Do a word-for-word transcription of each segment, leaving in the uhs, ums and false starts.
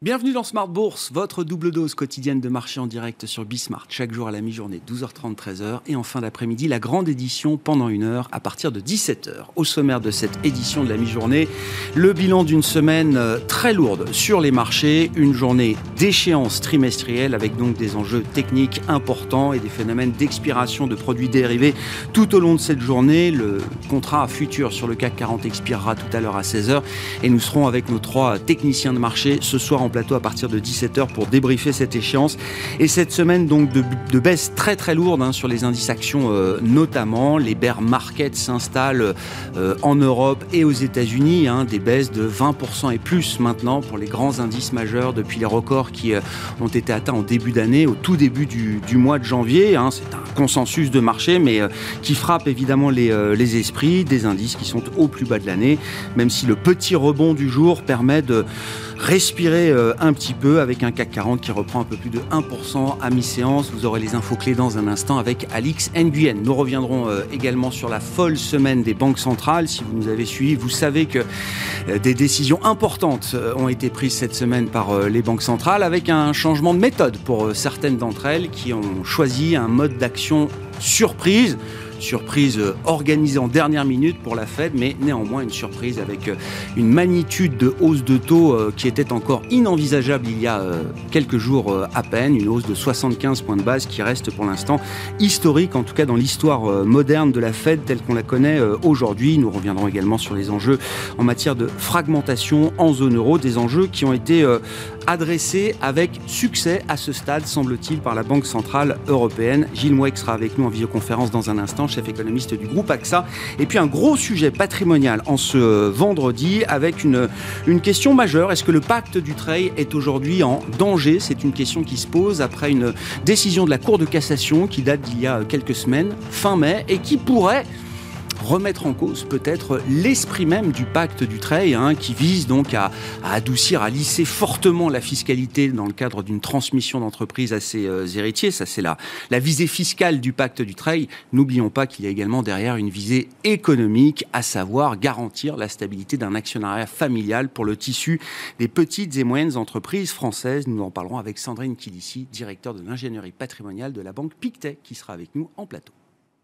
Bienvenue dans Smart Bourse, votre double dose quotidienne de marché en direct sur Bismart, chaque jour à la mi-journée, douze heures trente, treize heures. Et en fin d'après-midi, la grande édition pendant une heure à partir de dix-sept heures. Au sommaire de cette édition de la mi-journée, le bilan d'une semaine très lourde sur les marchés, une journée d'échéance trimestrielle avec donc des enjeux techniques importants et des phénomènes d'expiration de produits dérivés tout au long de cette journée. Le contrat futur sur le C A C quarante expirera tout à l'heure à seize heures et nous serons avec nos trois techniciens de marché ce soir en plateau à partir de dix-sept heures pour débriefer cette échéance. Et cette semaine donc de, de baisse très très lourde hein, sur les indices actions euh, notamment. Les bear markets s'installent euh, en Europe et aux États-Unis, hein, des baisses de vingt pour cent et plus maintenant pour les grands indices majeurs depuis les records qui euh, ont été atteints en début d'année, au tout début du, du mois de janvier. Hein. C'est un consensus de marché mais euh, qui frappe évidemment les, euh, les esprits, des indices qui sont au plus bas de l'année, même si le petit rebond du jour permet de respirer euh, un petit peu avec un C A C quarante qui reprend un peu plus de un pour cent à mi-séance. Vous aurez les infos clés dans un instant avec Alix Nguyen. Nous reviendrons euh, également sur la folle semaine des banques centrales. Si vous nous avez suivis, vous savez que euh, des décisions importantes euh, ont été prises cette semaine par euh, les banques centrales avec un changement de méthode pour euh, certaines d'entre elles qui ont choisi un mode d'action surprise. Surprise organisée en dernière minute pour la Fed, mais néanmoins une surprise avec une magnitude de hausse de taux qui était encore inenvisageable il y a quelques jours à peine, une hausse de soixante-quinze points de base qui reste pour l'instant historique, en tout cas dans l'histoire moderne de la Fed telle qu'on la connaît aujourd'hui. Nous reviendrons également sur les enjeux en matière de fragmentation en zone euro, des enjeux qui ont été adressés avec succès à ce stade, semble-t-il, par la Banque Centrale Européenne. Gilles Mouek sera avec nous en visioconférence dans un instant, chef économiste du groupe A X A. Et puis un gros sujet patrimonial en ce vendredi avec une, une question majeure. Est-ce que le pacte du trade est aujourd'hui en danger ? C'est une question qui se pose après une décision de la Cour de cassation qui date d'il y a quelques semaines, fin mai, et qui pourrait remettre en cause peut-être l'esprit même du pacte du trade hein, qui vise donc à, à adoucir, à lisser fortement la fiscalité dans le cadre d'une transmission d'entreprise à ses euh, héritiers. Ça, c'est la, la visée fiscale du pacte du trade. N'oublions pas qu'il y a également derrière une visée économique, à savoir garantir la stabilité d'un actionnariat familial pour le tissu des petites et moyennes entreprises françaises. Nous en parlerons avec Sandrine Kilissi, directeur de l'ingénierie patrimoniale de la banque Pictet, qui sera avec nous en plateau.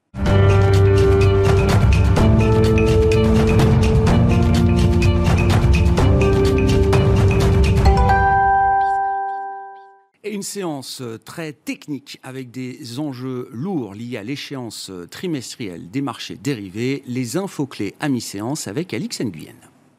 Et une séance très technique avec des enjeux lourds liés à l'échéance trimestrielle des marchés dérivés. Les infos clés à mi-séance avec Alix Nguyen.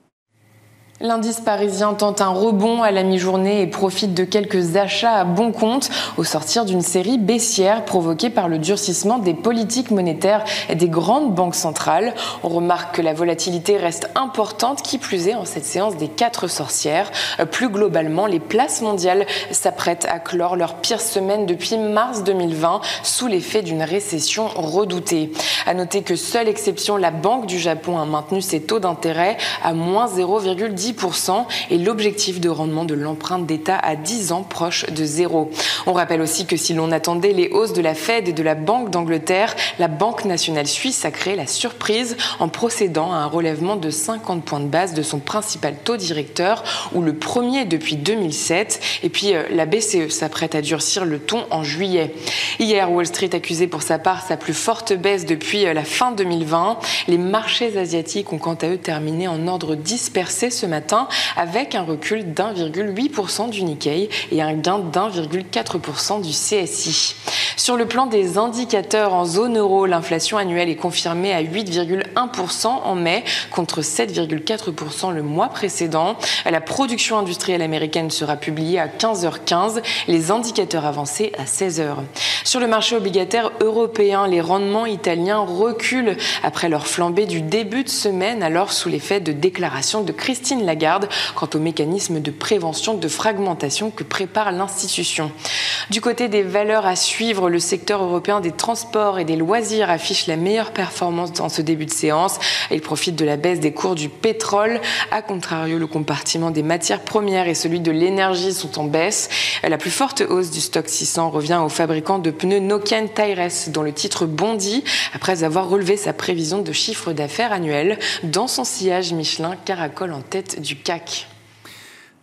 L'indice parisien tente un rebond à la mi-journée et profite de quelques achats à bon compte au sortir d'une série baissière provoquée par le durcissement des politiques monétaires et des grandes banques centrales. On remarque que la volatilité reste importante, qui plus est en cette séance des quatre sorcières. Plus globalement, les places mondiales s'apprêtent à clore leur pire semaine depuis mars deux mille vingt sous l'effet d'une récession redoutée. À noter que seule exception, la Banque du Japon a maintenu ses taux d'intérêt à moins zéro virgule dix pour cent et l'objectif de rendement de l'empreinte d'État à dix ans proche de zéro. On rappelle aussi que si l'on attendait les hausses de la Fed et de la Banque d'Angleterre, la Banque nationale suisse a créé la surprise en procédant à un relèvement de cinquante points de base de son principal taux directeur, ou le premier depuis deux mille sept. Et puis la B C E s'apprête à durcir le ton en juillet. Hier, Wall Street accusait pour sa part sa plus forte baisse depuis la fin deux mille vingt. Les marchés asiatiques ont quant à eux terminé en ordre dispersé ce matin, avec un recul d'un virgule huit pour cent du Nikkei et un gain d'un virgule quatre pour cent du C S I. Sur le plan des indicateurs en zone euro, l'inflation annuelle est confirmée à huit virgule un pour cent en mai contre sept virgule quatre pour cent le mois précédent. La production industrielle américaine sera publiée à quinze heures quinze, les indicateurs avancés à seize heures. Sur le marché obligataire européen, les rendements italiens reculent après leur flambée du début de semaine, alors sous l'effet de déclarations de Christine Lagarde quant au mécanisme de prévention de fragmentation que prépare l'institution. Du côté des valeurs à suivre, le secteur européen des transports et des loisirs affiche la meilleure performance dans ce début de séance. Il profite de la baisse des cours du pétrole. A contrario, le compartiment des matières premières et celui de l'énergie sont en baisse. La plus forte hausse du stock six cents revient au fabricant de pneus Nokian Tyres, dont le titre bondit après avoir relevé sa prévision de chiffre d'affaires annuel. Dans son sillage, Michelin caracole en tête du C A C.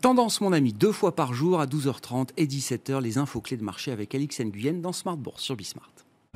Tendance, mon ami, deux fois par jour à douze heures trente et dix-sept heures, les infos clés de marché avec Alix Nguyen dans Smart Bourse sur Bismart.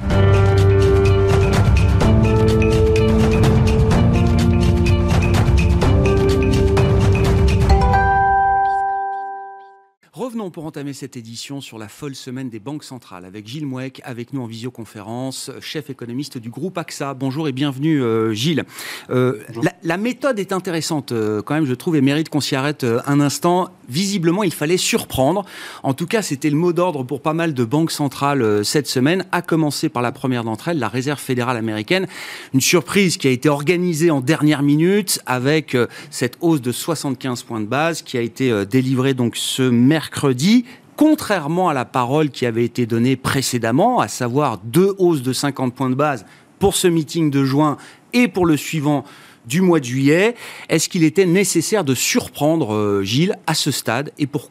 Revenons pour entamer cette édition sur la folle semaine des banques centrales avec Gilles Mouek, avec nous en visioconférence, chef économiste du groupe A X A. Bonjour et bienvenue euh, Gilles. Euh, la, la méthode est intéressante euh, quand même, je trouve, et mérite qu'on s'y arrête euh, un instant. Visiblement, il fallait surprendre. En tout cas, c'était le mot d'ordre pour pas mal de banques centrales euh, cette semaine, à commencer par la première d'entre elles, la Réserve fédérale américaine. Une surprise qui a été organisée en dernière minute avec euh, cette hausse de soixante-quinze points de base qui a été euh, délivrée donc ce mercredi. mercredi, contrairement à la parole qui avait été donnée précédemment, à savoir deux hausses de cinquante points de base pour ce meeting de juin et pour le suivant du mois de juillet. Est-ce qu'il était nécessaire de surprendre, euh, Gilles, à ce stade, et pourquoi ?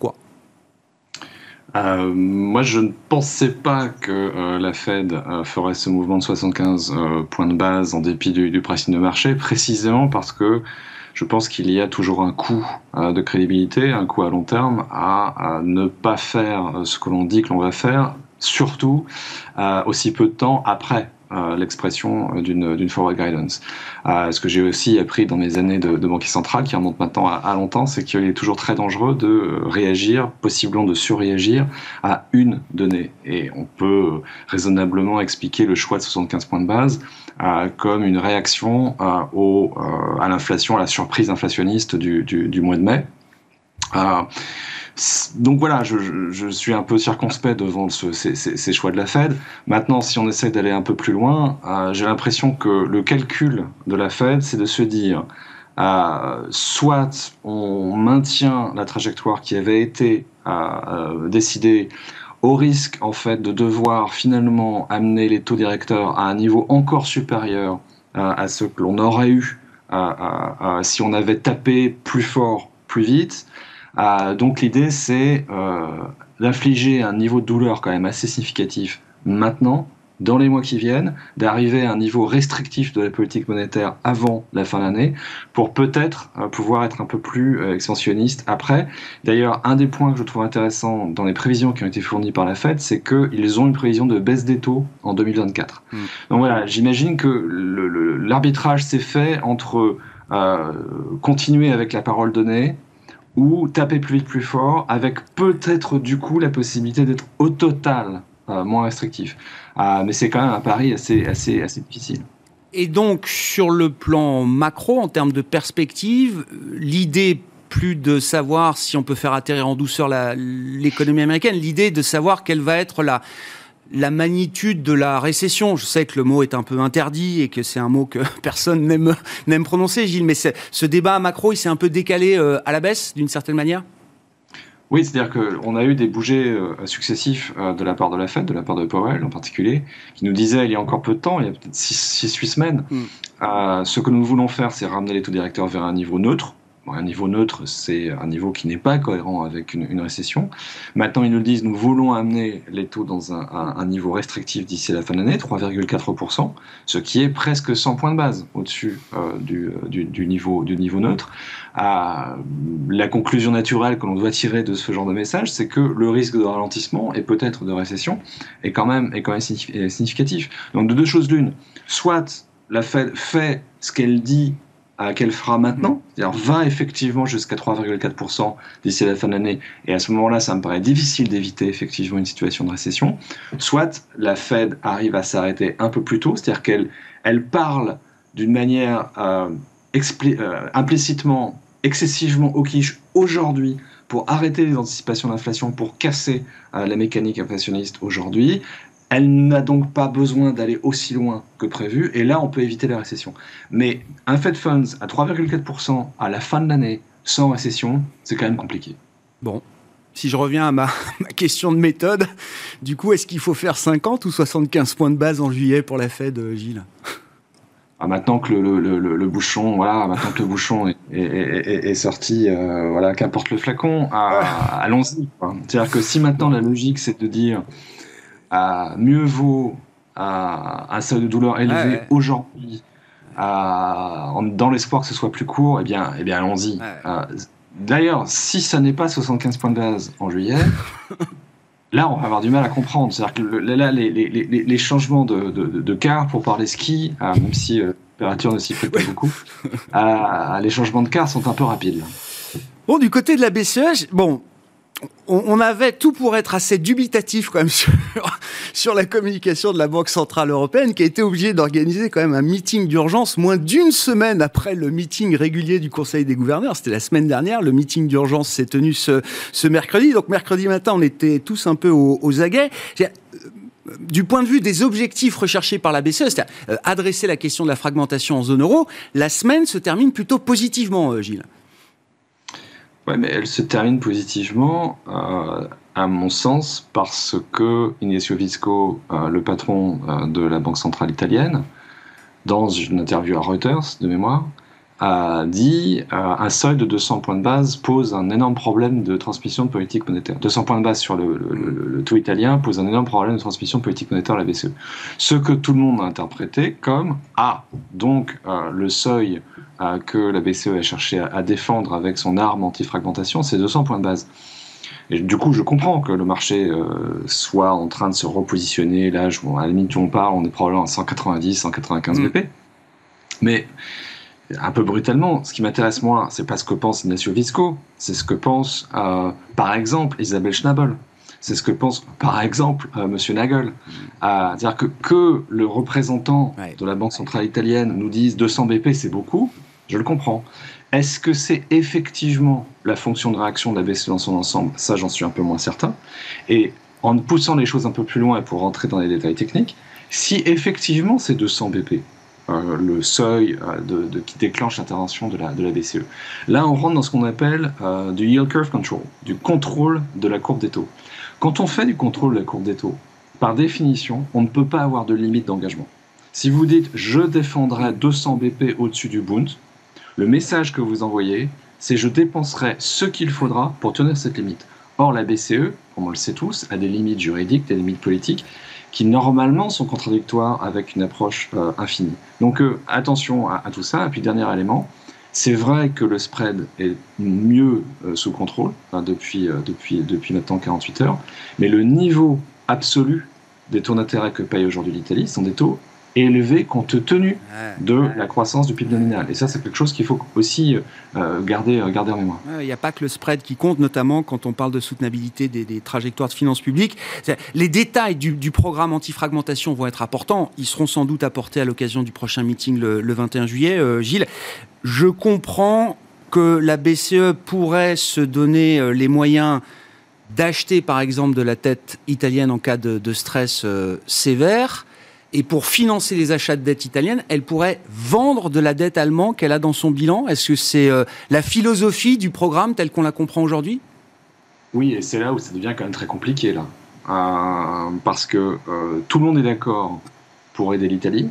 Euh, moi, je ne pensais pas que euh, la Fed euh, ferait ce mouvement de soixante-quinze euh, points de base en dépit du, du pricing de marché, précisément parce que je pense qu'il y a toujours un coût euh, de crédibilité, un coût à long terme à, à ne pas faire ce que l'on dit que l'on va faire, surtout euh, aussi peu de temps après euh, l'expression d'une, d'une forward guidance. Euh, ce que j'ai aussi appris dans mes années de, de banquier central, qui remonte maintenant à, à longtemps, c'est qu'il est toujours très dangereux de réagir, possiblement de surréagir à une donnée. Et on peut raisonnablement expliquer le choix de soixante-quinze points de base euh, comme une réaction euh, au, euh, à l'inflation, à la surprise inflationniste du, du, du mois de mai. Euh, Donc voilà, je, je, je suis un peu circonspect devant ce, ces, ces, ces choix de la Fed. Maintenant, si on essaie d'aller un peu plus loin, euh, j'ai l'impression que le calcul de la Fed, c'est de se dire, euh, soit on maintient la trajectoire qui avait été euh, euh, décidée, au risque en fait de devoir finalement amener les taux directeurs à un niveau encore supérieur euh, à ce que l'on aurait eu euh, euh, euh, si on avait tapé plus fort, plus vite. Euh, donc l'idée c'est euh, d'infliger un niveau de douleur quand même assez significatif maintenant, dans les mois qui viennent, d'arriver à un niveau restrictif de la politique monétaire avant la fin de l'année, pour peut-être euh, pouvoir être un peu plus euh, expansionniste après. D'ailleurs, un des points que je trouve intéressant dans les prévisions qui ont été fournies par la Fed, c'est qu'ils ont une prévision de baisse des taux en deux mille vingt-quatre. Mmh. Donc voilà, j'imagine que le, le, l'arbitrage s'est fait entre euh, continuer avec la parole donnée, ou taper plus vite, plus fort, avec peut-être du coup la possibilité d'être au total euh, moins restrictif. Euh, mais c'est quand même un pari assez, assez, assez difficile. Et donc, sur le plan macro, en termes de perspective, l'idée plus de savoir si on peut faire atterrir en douceur la, l'économie américaine, l'idée de savoir quelle va être la... la magnitude de la récession. Je sais que le mot est un peu interdit et que c'est un mot que personne n'aime, n'aime prononcer, Gilles, mais c'est, ce débat macro, il s'est un peu décalé euh, à la baisse, d'une certaine manière ? Oui, c'est-à-dire qu'on a eu des bougés euh, successifs euh, de la part de la Fed, de la part de Powell en particulier, qui nous disait il y a encore peu de temps, il y a peut-être six huit semaines, mm. euh, ce que nous voulons faire, c'est ramener les taux directeurs vers un niveau neutre. Bon, un niveau neutre, c'est un niveau qui n'est pas cohérent avec une, une récession. Maintenant, ils nous disent, nous voulons amener les taux dans un, un, un niveau restrictif d'ici la fin de l'année, trois virgule quatre pour cent, ce qui est presque cent points de base au-dessus euh, du, du, du, niveau, du niveau neutre. Euh, la conclusion naturelle que l'on doit tirer de ce genre de message, c'est que le risque de ralentissement et peut-être de récession est quand même, est quand même significatif. Donc, de deux choses l'une, soit la Fed fait ce qu'elle dit qu'elle fera maintenant, c'est-à-dire va effectivement jusqu'à trois virgule quatre pour cent d'ici la fin de l'année, et à ce moment-là, ça me paraît difficile d'éviter effectivement une situation de récession, soit la Fed arrive à s'arrêter un peu plus tôt, c'est-à-dire qu'elle elle parle d'une manière euh, expli- euh, implicitement, excessivement hawkish aujourd'hui pour arrêter les anticipations d'inflation, pour casser euh, la mécanique inflationniste aujourd'hui. Elle n'a donc pas besoin d'aller aussi loin que prévu, et là, on peut éviter la récession. Mais un Fed Funds à trois virgule quatre pour cent à la fin de l'année, sans récession, c'est quand même compliqué. Bon, si je reviens à ma, ma question de méthode, du coup, est-ce qu'il faut faire cinquante ou soixante-quinze points de base en juillet pour la Fed, Gilles ? Ah, maintenant que le, le, le, le bouchon, voilà, maintenant que le bouchon est, est, est, est sorti, euh, voilà, qu'importe le flacon, euh, allons-y. Quoi. C'est-à-dire que si maintenant la logique, c'est de dire... Euh, mieux vaut euh, un seuil de douleur élevé ah ouais. aujourd'hui euh, dans l'espoir que ce soit plus court, eh bien, eh bien allons-y. Ah ouais. euh, d'ailleurs, si ça n'est pas soixante-quinze points de base en juillet, là, on va avoir du mal à comprendre. C'est-à-dire que le, là, les, les, les, les changements de, de, de, de quart, pour parler ski, euh, même si euh, la température ne s'y prête pas beaucoup, euh, les changements de quart sont un peu rapides. Bon, du côté de la B C E, bon, on, on avait tout pour être assez dubitatif quand même sur, sur la communication de la Banque Centrale Européenne, qui a été obligée d'organiser quand même un meeting d'urgence moins d'une semaine après le meeting régulier du Conseil des gouverneurs. C'était la semaine dernière. Le meeting d'urgence s'est tenu ce, ce mercredi. Donc, mercredi matin, on était tous un peu aux, aux aguets. Du point de vue des objectifs recherchés par la B C E, c'est-à-dire euh, adresser la question de la fragmentation en zone euro, la semaine se termine plutôt positivement, euh, Gilles. Oui, mais elle se termine positivement, euh, à mon sens, parce que Ignazio Visco, euh, le patron euh, de la Banque centrale italienne, dans une interview à Reuters, de mémoire, a dit euh, un seuil de deux cents points de base pose un énorme problème de transmission de politique monétaire. deux cents points de base sur le, le, le, le taux italien pose un énorme problème de transmission de politique monétaire à la B C E. Ce que tout le monde a interprété comme « Ah, donc euh, le seuil euh, que la B C E a cherché à, à défendre avec son arme anti-fragmentation, c'est deux cents points de base ». Et du coup, je comprends que le marché euh, soit en train de se repositionner. Là, je, bon, à la limite où on parle, on est probablement à cent quatre-vingt-dix, cent quatre-vingt-quinze B P. Mais un peu brutalement, ce qui m'intéresse moi, c'est pas ce que pense Ignazio Visco, c'est ce que pense, euh, par exemple, Isabelle Schnabel. C'est ce que pense, par exemple, euh, Monsieur Nagel. Euh, c'est-à-dire que, que le représentant ouais. de la Banque centrale italienne nous dise deux cents B P, c'est beaucoup, je le comprends. Est-ce que c'est effectivement la fonction de réaction de la B C E dans son ensemble? Ça, j'en suis un peu moins certain. Et en poussant les choses un peu plus loin et pour rentrer dans les détails techniques, si effectivement c'est deux cents B P, Euh, le seuil euh, de, de, qui déclenche l'intervention de la, de la B C E. Là, on rentre dans ce qu'on appelle euh, du yield curve control, du contrôle de la courbe des taux. Quand on fait du contrôle de la courbe des taux, par définition, on ne peut pas avoir de limite d'engagement. Si vous dites « je défendrai deux cents B P au-dessus du Bund », le message que vous envoyez, c'est « je dépenserai ce qu'il faudra pour tenir cette limite ». Or, la B C E, comme on le sait tous, a des limites juridiques, des limites politiques, qui normalement sont contradictoires avec une approche euh, infinie. Donc euh, attention à, à tout ça. Et puis dernier élément, c'est vrai que le spread est mieux euh, sous contrôle hein, depuis, euh, depuis, depuis maintenant quarante-huit heures, mais le niveau absolu des taux d'intérêt que paye aujourd'hui l'Italie sont des taux élevés compte tenu de la croissance du P I B nominal. Et ça, c'est quelque chose qu'il faut aussi euh, garder, garder en mémoire. Il n'y a pas que le spread qui compte, notamment quand on parle de soutenabilité des, des trajectoires de finances publiques. Les détails du, du programme anti-fragmentation vont être importants. Ils seront sans doute apportés à l'occasion du prochain meeting le, le vingt et un juillet. Euh, Gilles, je comprends que la B C E pourrait se donner les moyens d'acheter, par exemple, de la dette italienne en cas de, de stress euh, sévère. Et pour financer les achats de dette italienne, elle pourrait vendre de la dette allemande qu'elle a dans son bilan. Est-ce que c'est euh, la philosophie du programme tel qu'on la comprend aujourd'hui? Oui, et c'est là où ça devient quand même très compliqué, là. Euh, parce que euh, tout le monde est d'accord pour aider l'Italie.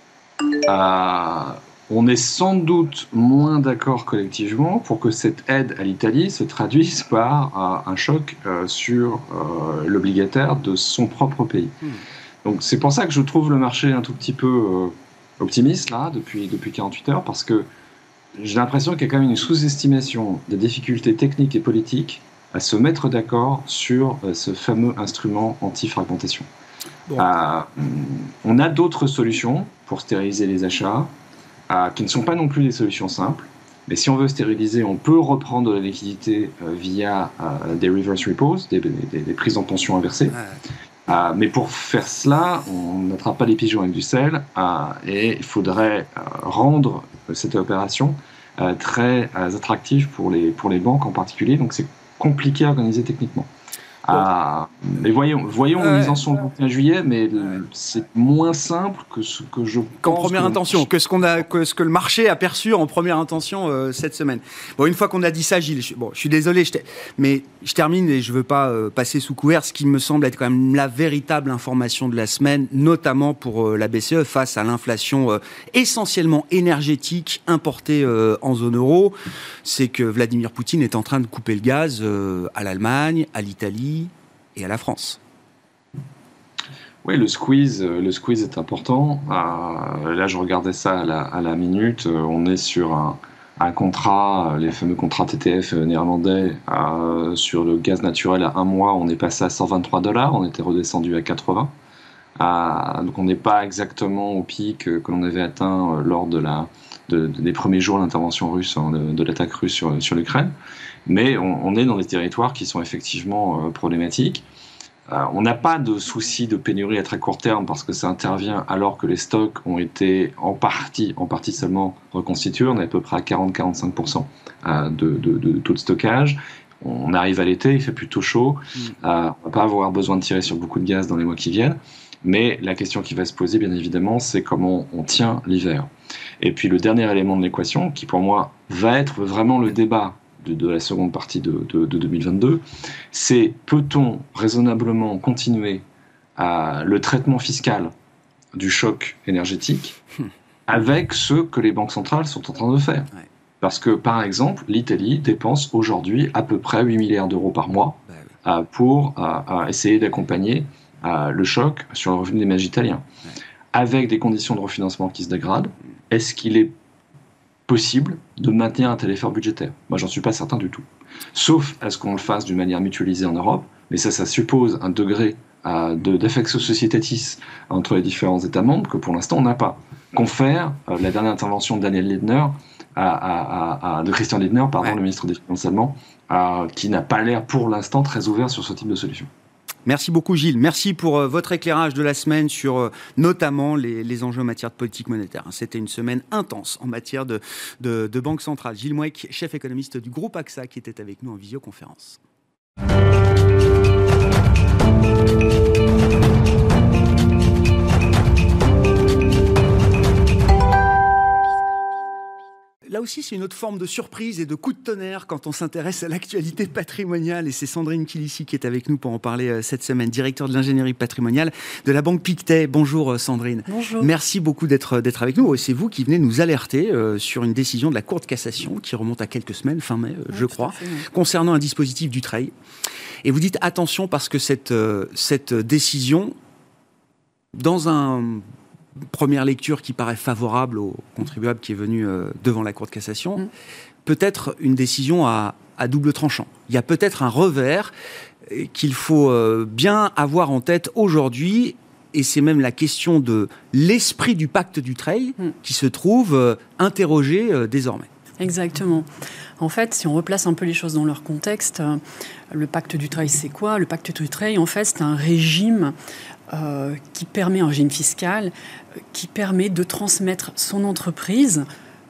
Euh, on est sans doute moins d'accord collectivement pour que cette aide à l'Italie se traduise par euh, un choc euh, sur euh, l'obligataire de son propre pays. Mmh. Donc c'est pour ça que je trouve le marché un tout petit peu euh, optimiste là depuis, depuis quarante-huit heures, parce que j'ai l'impression qu'il y a quand même une sous-estimation des difficultés techniques et politiques à se mettre d'accord sur euh, ce fameux instrument anti-fragmentation. Bon. Euh, on a d'autres solutions pour stériliser les achats euh, qui ne sont pas non plus des solutions simples, mais si on veut stériliser, on peut reprendre de la liquidité euh, via euh, des reverse repos, des, des, des prises en pension inversées. Ouais. Euh, mais pour faire cela, on n'attrape pas les pigeons avec du sel euh, et il faudrait euh, rendre cette opération euh, très euh, attractive pour les, pour les banques en particulier. Donc c'est compliqué à organiser techniquement. Bon. Euh, mais voyons, voyons euh, où ils en sont le vingt et un juillet, mais le, c'est moins simple que ce que je qu'en pense. première que intention, que ce, qu'on a, que ce que le marché a perçu en première intention euh, cette semaine. Bon, une fois qu'on a dit ça, Gilles, je, bon, je suis désolé, je mais je termine et je ne veux pas euh, passer sous couvert ce qui me semble être quand même la véritable information de la semaine, notamment pour euh, la B C E face à l'inflation euh, essentiellement énergétique importée euh, en zone euro. C'est que Vladimir Poutine est en train de couper le gaz euh, à l'Allemagne, à l'Italie et à la France. Oui, le squeeze, le squeeze est important. Euh, là, je regardais ça à la, à la minute. On est sur un, un contrat, les fameux contrats T T F néerlandais, euh, sur le gaz naturel à un mois, on est passé à cent vingt-trois dollars, on était redescendu à quatre-vingts. Euh, donc on n'est pas exactement au pic que l'on avait atteint euh, lors de la, de, de, des premiers jours de l'intervention russe, hein, de, de l'attaque russe sur, sur l'Ukraine. Mais on, on est dans des territoires qui sont effectivement euh, problématiques. Euh, on n'a pas de souci de pénurie à très court terme parce que ça intervient alors que les stocks ont été en partie, en partie seulement reconstitués. On est à peu près à quarante à quarante-cinq pour cent euh, de, de, de taux de stockage. On arrive à l'été, il fait plutôt chaud. Mmh. Euh, on ne va pas avoir besoin de tirer sur beaucoup de gaz dans les mois qui viennent. Mais la question qui va se poser, bien évidemment, c'est comment on tient l'hiver. Et puis le dernier élément de l'équation, qui pour moi va être vraiment le débat de, de la seconde partie de, de, de deux mille vingt-deux, c'est peut-on raisonnablement continuer à le traitement fiscal du choc énergétique avec ce que les banques centrales sont en train de faire. Ouais. Parce que, par exemple, l'Italie dépense aujourd'hui à peu près huit milliards d'euros par mois bah oui. euh, pour euh, essayer d'accompagner euh, le choc sur le revenu des ménages italiens. Ouais. Avec des conditions de refinancement qui se dégradent, est-ce qu'il est possible de maintenir un tel effort budgétaire? Moi, j'en suis pas certain du tout. Sauf à ce qu'on le fasse d'une manière mutualisée en Europe, mais ça, ça suppose un degré euh, de, d'affectio societatis entre les différents États membres que pour l'instant, on n'a pas. Confère euh, la dernière intervention de Daniel Lindner, à, à, à, de Christian Lindner, pardon, ouais. le ministre des Finances allemand, euh, qui n'a pas l'air pour l'instant très ouvert sur ce type de solution. Merci beaucoup Gilles, merci pour euh, votre éclairage de la semaine sur euh, notamment les, les enjeux en matière de politique monétaire. C'était une semaine intense en matière de, de, de banque centrale. Gilles Mouek, chef économiste du groupe A X A, qui était avec nous en visioconférence. Là aussi, c'est une autre forme de surprise et de coup de tonnerre quand on s'intéresse à l'actualité patrimoniale. Et c'est Sandrine Kilissi qui est avec nous pour en parler cette semaine, directeur de l'ingénierie patrimoniale de la Banque Pictet. Bonjour Sandrine. Bonjour. Merci beaucoup d'être, d'être avec nous. Et c'est vous qui venez nous alerter euh, sur une décision de la Cour de cassation qui remonte à quelques semaines, fin mai, euh, oui, je crois, fait, oui. concernant un dispositif du Trade. Et vous dites attention parce que cette, euh, cette décision, dans un... première lecture qui paraît favorable au contribuable qui est venu euh, devant la Cour de cassation, mmh. peut-être une décision à, à double tranchant. Il y a peut-être un revers qu'il faut euh, bien avoir en tête aujourd'hui, et c'est même la question de l'esprit du pacte d'Utreil mmh. qui se trouve euh, interrogé euh, désormais. Exactement. En fait, si on replace un peu les choses dans leur contexte, euh, le pacte d'Utreil, c'est quoi ? Le pacte d'Utreil, en fait, c'est un régime euh, qui permet, un régime fiscal, euh, qui permet de transmettre son entreprise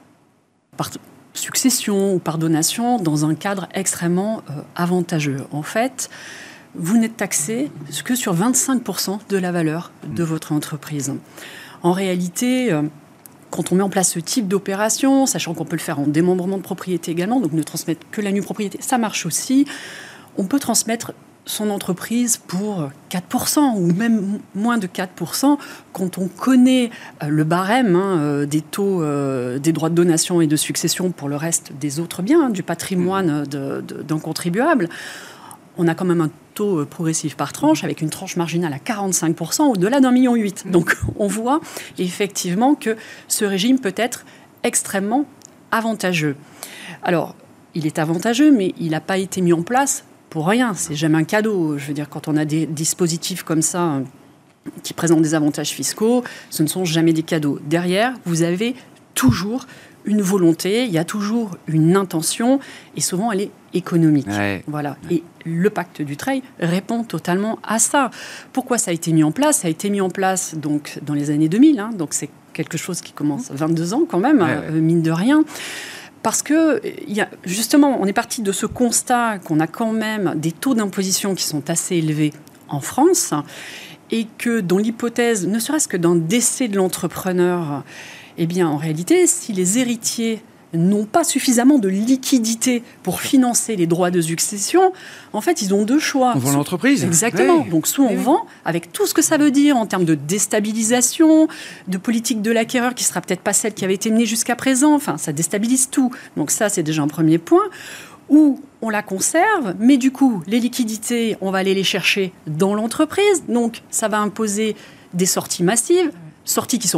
par succession ou par donation dans un cadre extrêmement euh, avantageux. En fait, vous n'êtes taxé que sur vingt-cinq pour cent de la valeur de votre entreprise. En réalité... Euh, Quand on met en place ce type d'opération, sachant qu'on peut le faire en démembrement de propriété également, donc ne transmettre que la nue propriété, ça marche aussi. On peut transmettre son entreprise pour quatre pour cent ou même moins de quatre pour cent quand on connaît le barème hein, des taux euh, des droits de donation et de succession pour le reste des autres biens, hein, du patrimoine de, de, d'un contribuable. On a quand même un taux progressif par tranche, avec une tranche marginale à quarante-cinq pour cent, au-delà d'un million huit. Donc on voit effectivement que ce régime peut être extrêmement avantageux. Alors, il est avantageux, mais il n'a pas été mis en place pour rien. C'est jamais un cadeau. Je veux dire, quand on a des dispositifs comme ça qui présentent des avantages fiscaux, ce ne sont jamais des cadeaux. Derrière, vous avez toujours une volonté, il y a toujours une intention, et souvent elle est économique. Ouais. Voilà. Et le pacte d'Utreil répond totalement à ça. Pourquoi ça a été mis en place ? Ça a été mis en place donc, dans les années deux mille, hein, donc c'est quelque chose qui commence vingt-deux ans quand même, ouais, ouais. Euh, mine de rien. Parce que, y a, justement, on est parti de ce constat qu'on a quand même des taux d'imposition qui sont assez élevés en France, et que dans l'hypothèse, ne serait-ce que d'un décès de l'entrepreneur, eh bien, en réalité, si les héritiers n'ont pas suffisamment de liquidité pour financer les droits de succession, en fait, ils ont deux choix. On vend l'entreprise. Exactement. Oui. Donc, soit on oui. vend, avec tout ce que ça veut dire en termes de déstabilisation, de politique de l'acquéreur qui ne sera peut-être pas celle qui avait été menée jusqu'à présent. Enfin, ça déstabilise tout. Donc ça, c'est déjà un premier point. Ou on la conserve, mais du coup, les liquidités, on va aller les chercher dans l'entreprise. Donc, ça va imposer des sorties massives, sorties qui sont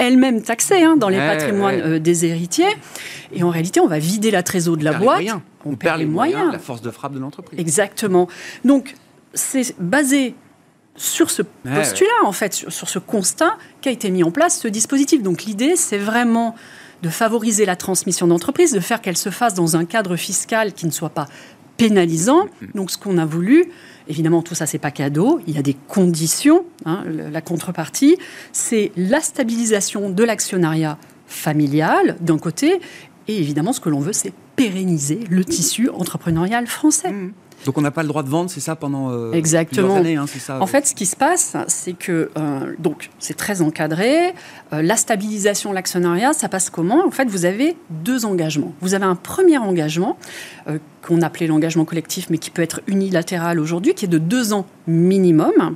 elle-même taxée hein, dans les ouais, patrimoines ouais. Euh, des héritiers. Et en réalité, on va vider la trésor de la boîte. On, on perd les moyens, moyens, la force de frappe de l'entreprise. Exactement. Donc, c'est basé sur ce ouais, postulat, ouais. en fait, sur, sur ce constat qu'a été mis en place ce dispositif. Donc, l'idée, c'est vraiment de favoriser la transmission d'entreprise, de faire qu'elle se fasse dans un cadre fiscal qui ne soit pas pénalisant. Donc, ce qu'on a voulu, évidemment, tout ça, c'est pas cadeau. Il y a des conditions. Hein, la contrepartie, c'est la stabilisation de l'actionnariat familial, d'un côté, et évidemment, ce que l'on veut, c'est pérenniser le tissu entrepreneurial français. Mmh. Donc, on n'a pas le droit de vendre, c'est ça, pendant euh, Exactement. plusieurs années, hein, c'est ça. En fait, ce qui se passe, c'est que euh, donc c'est très encadré. Euh, la stabilisation de l'actionnariat, ça passe comment ? En fait, vous avez deux engagements. Vous avez un premier engagement euh, qu'on appelait l'engagement collectif, mais qui peut être unilatéral aujourd'hui, qui est de deux ans minimum.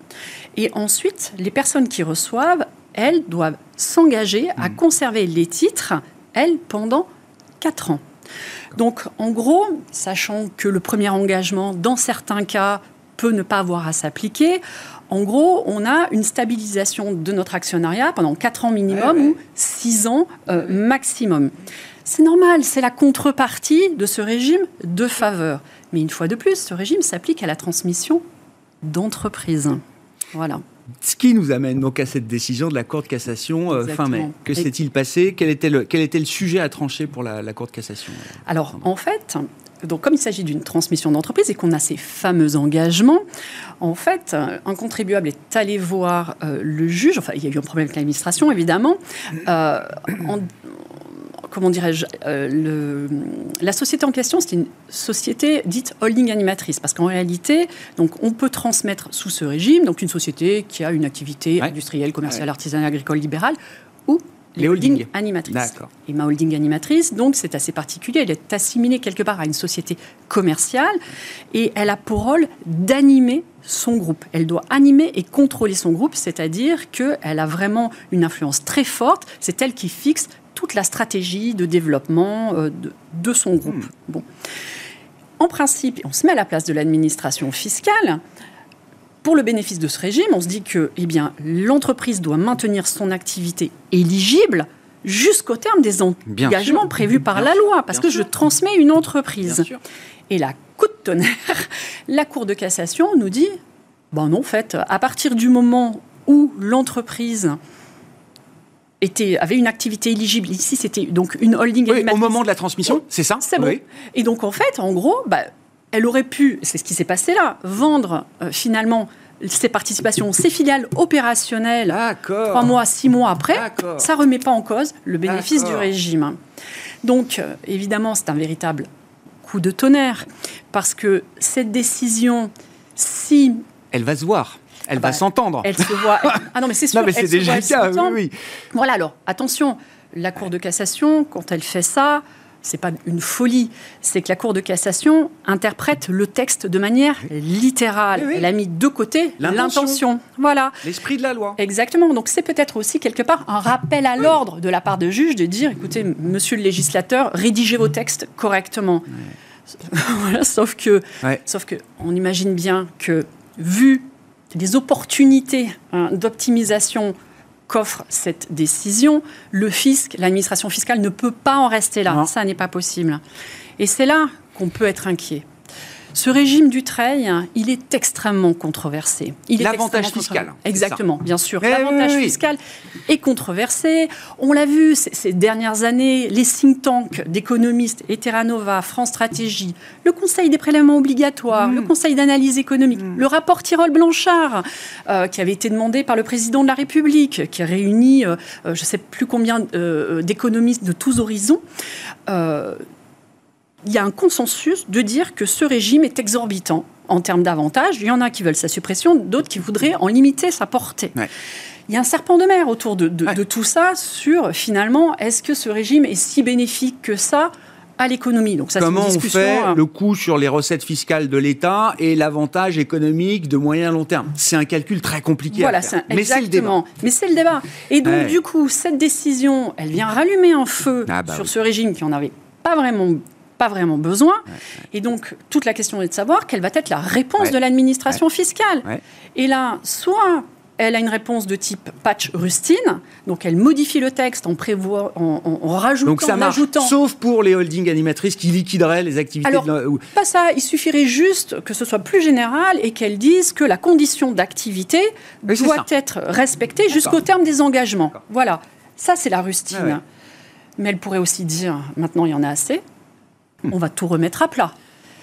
Et ensuite, les personnes qui reçoivent, elles doivent s'engager à conserver les titres, elles, pendant quatre ans. Donc, en gros, sachant que le premier engagement, dans certains cas, peut ne pas avoir à s'appliquer, en gros, on a une stabilisation de notre actionnariat pendant quatre ans minimum ouais, ouais. ou six ans euh, maximum. C'est normal, c'est la contrepartie de ce régime de faveur. Mais une fois de plus, ce régime s'applique à la transmission d'entreprise. Voilà. Ce qui nous amène donc à cette décision de la Cour de cassation euh, fin mai. Que s'est-il passé ? Quel était le, quel était le sujet à trancher pour la, la Cour de cassation ? Alors, en fait, donc, comme il s'agit d'une transmission d'entreprise et qu'on a ces fameux engagements, en fait, un contribuable est allé voir euh, le juge. Enfin, il y a eu un problème avec l'administration, évidemment. Euh, en, comment dirais-je, euh, le, la société en question, c'était une société dite holding animatrice, parce qu'en réalité, donc, on peut transmettre sous ce régime, donc une société qui a une activité ouais. industrielle, commerciale, ouais. artisanale, agricole, libérale, ou les, les holding holdings animatrices. D'accord. Et ma holding animatrice, donc, c'est assez particulier, elle est assimilée quelque part à une société commerciale, et elle a pour rôle d'animer son groupe. Elle doit animer et contrôler son groupe, c'est-à-dire qu'elle a vraiment une influence très forte, c'est elle qui fixe toute la stratégie de développement euh, de, de son groupe. Mmh. Bon. En principe, on se met à la place de l'administration fiscale. Pour le bénéfice de ce régime, on se dit que eh bien, l'entreprise doit maintenir son activité éligible jusqu'au terme des engagements prévus par la loi, parce que sûr. je transmets une entreprise. Et là, coup de tonnerre, la Cour de cassation nous dit, ben non, en fait, à partir du moment où l'entreprise Était, avait une activité éligible. Ici, c'était donc une holding oui, animatrice. Au moment de la transmission, c'est ça ? C'est bon. Oui. Et donc, en fait, en gros, bah, elle aurait pu, c'est ce qui s'est passé là, vendre euh, finalement ses participations, ses filiales opérationnelles, D'accord. trois mois, six mois après. D'accord. Ça ne remet pas en cause le bénéfice D'accord. du régime. Donc, euh, évidemment, c'est un véritable coup de tonnerre, parce que cette décision, si... Elle va se voir. Elle bah, va s'entendre. Elle se voit. Elle... Ah non, mais c'est sûr. Non, mais c'est déjà le cas. Oui, oui. Voilà, alors, attention, la Cour de cassation, quand elle fait ça, c'est pas une folie. C'est que la Cour de cassation interprète le texte de manière littérale. Oui, oui. Elle a mis de côté l'intention. l'intention. Voilà. L'esprit de la loi. Exactement. Donc, c'est peut-être aussi, quelque part, un rappel à oui. l'ordre de la part de juge de dire, écoutez, monsieur le législateur, rédigez vos textes correctement. Oui. Voilà, sauf que, ouais. sauf que, on imagine bien que, vu les opportunités hein, d'optimisation qu'offre cette décision, le fisc, l'administration fiscale ne peut pas en rester là. Non. Ça n'est pas possible. Et c'est là qu'on peut être inquiet. Ce régime Dutreil, il est extrêmement controversé. Il L'avantage est fiscal. Exactement, bien sûr. Eh L'avantage oui, oui. fiscal est controversé. On l'a vu ces, ces dernières années, les think tanks d'économistes, Terra Nova, France Stratégie, le Conseil des prélèvements obligatoires, mmh. le Conseil d'analyse économique, mmh. le rapport Tirole-Blanchard, euh, qui avait été demandé par le président de la République, qui a réuni euh, je ne sais plus combien euh, d'économistes de tous horizons. Euh, Il y a un consensus de dire que ce régime est exorbitant en termes d'avantages. Il y en a qui veulent sa suppression, d'autres qui voudraient en limiter sa portée. Ouais. Il y a un serpent de mer autour de, de, ouais. de tout ça sur, finalement, est-ce que ce régime est si bénéfique que ça à l'économie. Donc ça, Comment c'est une discussion, on fait hein. le coût sur les recettes fiscales de l'État et l'avantage économique de moyen long terme? C'est un calcul très compliqué voilà, à faire. C'est, Mais c'est le débat. Mais c'est le débat. Et donc, ouais. du coup, cette décision, elle vient rallumer un feu ah bah sur oui. ce régime qui n'en avait pas vraiment, pas vraiment besoin. Ouais, ouais. Et donc, toute la question est de savoir quelle va être la réponse ouais. de l'administration ouais. fiscale. Ouais. Et là, soit elle a une réponse de type patch rustine, donc elle modifie le texte en, prévoit, en, en, en rajoutant, donc ça en marche, ajoutant... sauf pour les holdings animatrices qui liquideraient les activités... Alors, de la... pas ça, il suffirait juste que ce soit plus général et qu'elle dise que la condition d'activité oui, doit être respectée D'accord. jusqu'au terme des engagements. D'accord. Voilà, ça c'est la rustine. Ah ouais. Mais elle pourrait aussi dire, maintenant il y en a assez, hum. on va tout remettre à plat.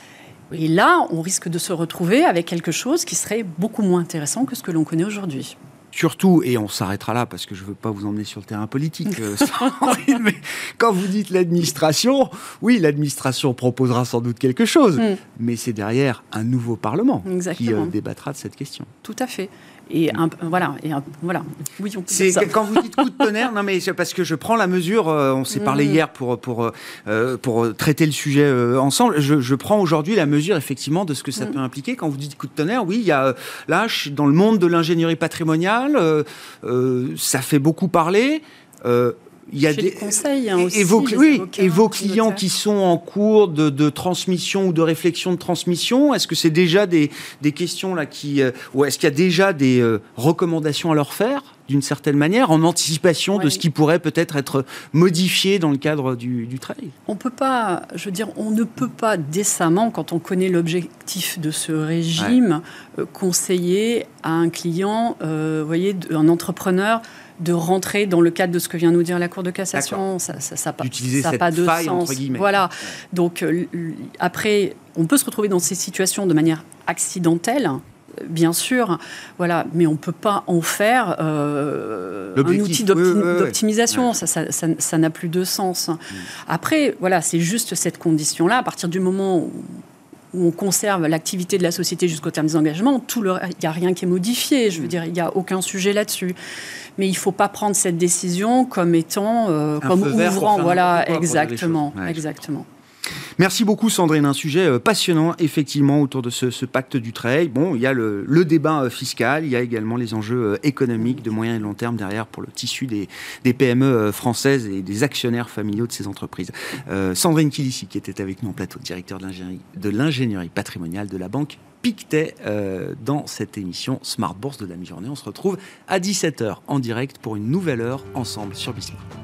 Et là, on risque de se retrouver avec quelque chose qui serait beaucoup moins intéressant que ce que l'on connaît aujourd'hui. Surtout, et on s'arrêtera là parce que je ne veux pas vous emmener sur le terrain politique, euh, mais quand vous dites l'administration, oui, l'administration proposera sans doute quelque chose, mm. mais c'est derrière un nouveau Parlement Exactement. qui euh, débattra de cette question. Tout à fait. Et un, voilà, et un, voilà. Oui, on peut c'est dire ça. Quand vous dites coup de tonnerre, non mais c'est parce que je prends la mesure. Euh, on s'est mmh. parlé hier pour pour euh, pour traiter le sujet euh, ensemble. Je, je prends aujourd'hui la mesure effectivement de ce que ça mmh. peut impliquer. Quand vous dites coup de tonnerre, oui, il y a là dans le monde de l'ingénierie patrimoniale, euh, euh, ça fait beaucoup parler. Euh, Il y a Chez des les conseils hein, aussi, et vos, oui, avocats, et vos clients qui sont en cours de, de transmission ou de réflexion de transmission, est-ce que c'est déjà des, des questions là qui, euh, ou est-ce qu'il y a déjà des euh, recommandations à leur faire d'une certaine manière en anticipation ouais. de ce qui pourrait peut-être être modifié dans le cadre du, du trail? On peut pas, je veux dire, on ne peut pas décemment, quand on connaît l'objectif de ce régime, ouais. euh, conseiller à un client, euh, vous voyez, un entrepreneur, de rentrer dans le cadre de ce que vient nous dire la Cour de cassation, ça n'a pas, ça pas de faille, sens. Voilà. Donc euh, après, on peut se retrouver dans ces situations de manière accidentelle, bien sûr, voilà, mais on ne peut pas en faire euh, un outil d'opti- oui, oui, oui. d'optimisation. Ouais. Ça, ça, ça, ça n'a plus de sens. Mmh. Après, voilà, c'est juste cette condition-là. À partir du moment où où on conserve l'activité de la société jusqu'au terme des engagements, tout le, il n'y a rien qui est modifié. Je veux dire, il n'y a aucun sujet là-dessus. Mais il ne faut pas prendre cette décision comme étant, euh, comme ouvrant. Voilà, exactement, ouais, exactement. Merci beaucoup Sandrine, un sujet passionnant effectivement autour de ce, ce pacte du trail. Bon, il y a le, le débat fiscal, il y a également les enjeux économiques de moyen et long terme derrière pour le tissu des, des P M E françaises et des actionnaires familiaux de ces entreprises. Euh, Sandrine Kilissi qui était avec nous en plateau, directeur de l'ingénierie, de l'ingénierie patrimoniale de la banque Pictet euh, dans cette émission Smart Bourse de la mi-journée. On se retrouve à dix-sept heures en direct pour une nouvelle heure ensemble sur Bismart.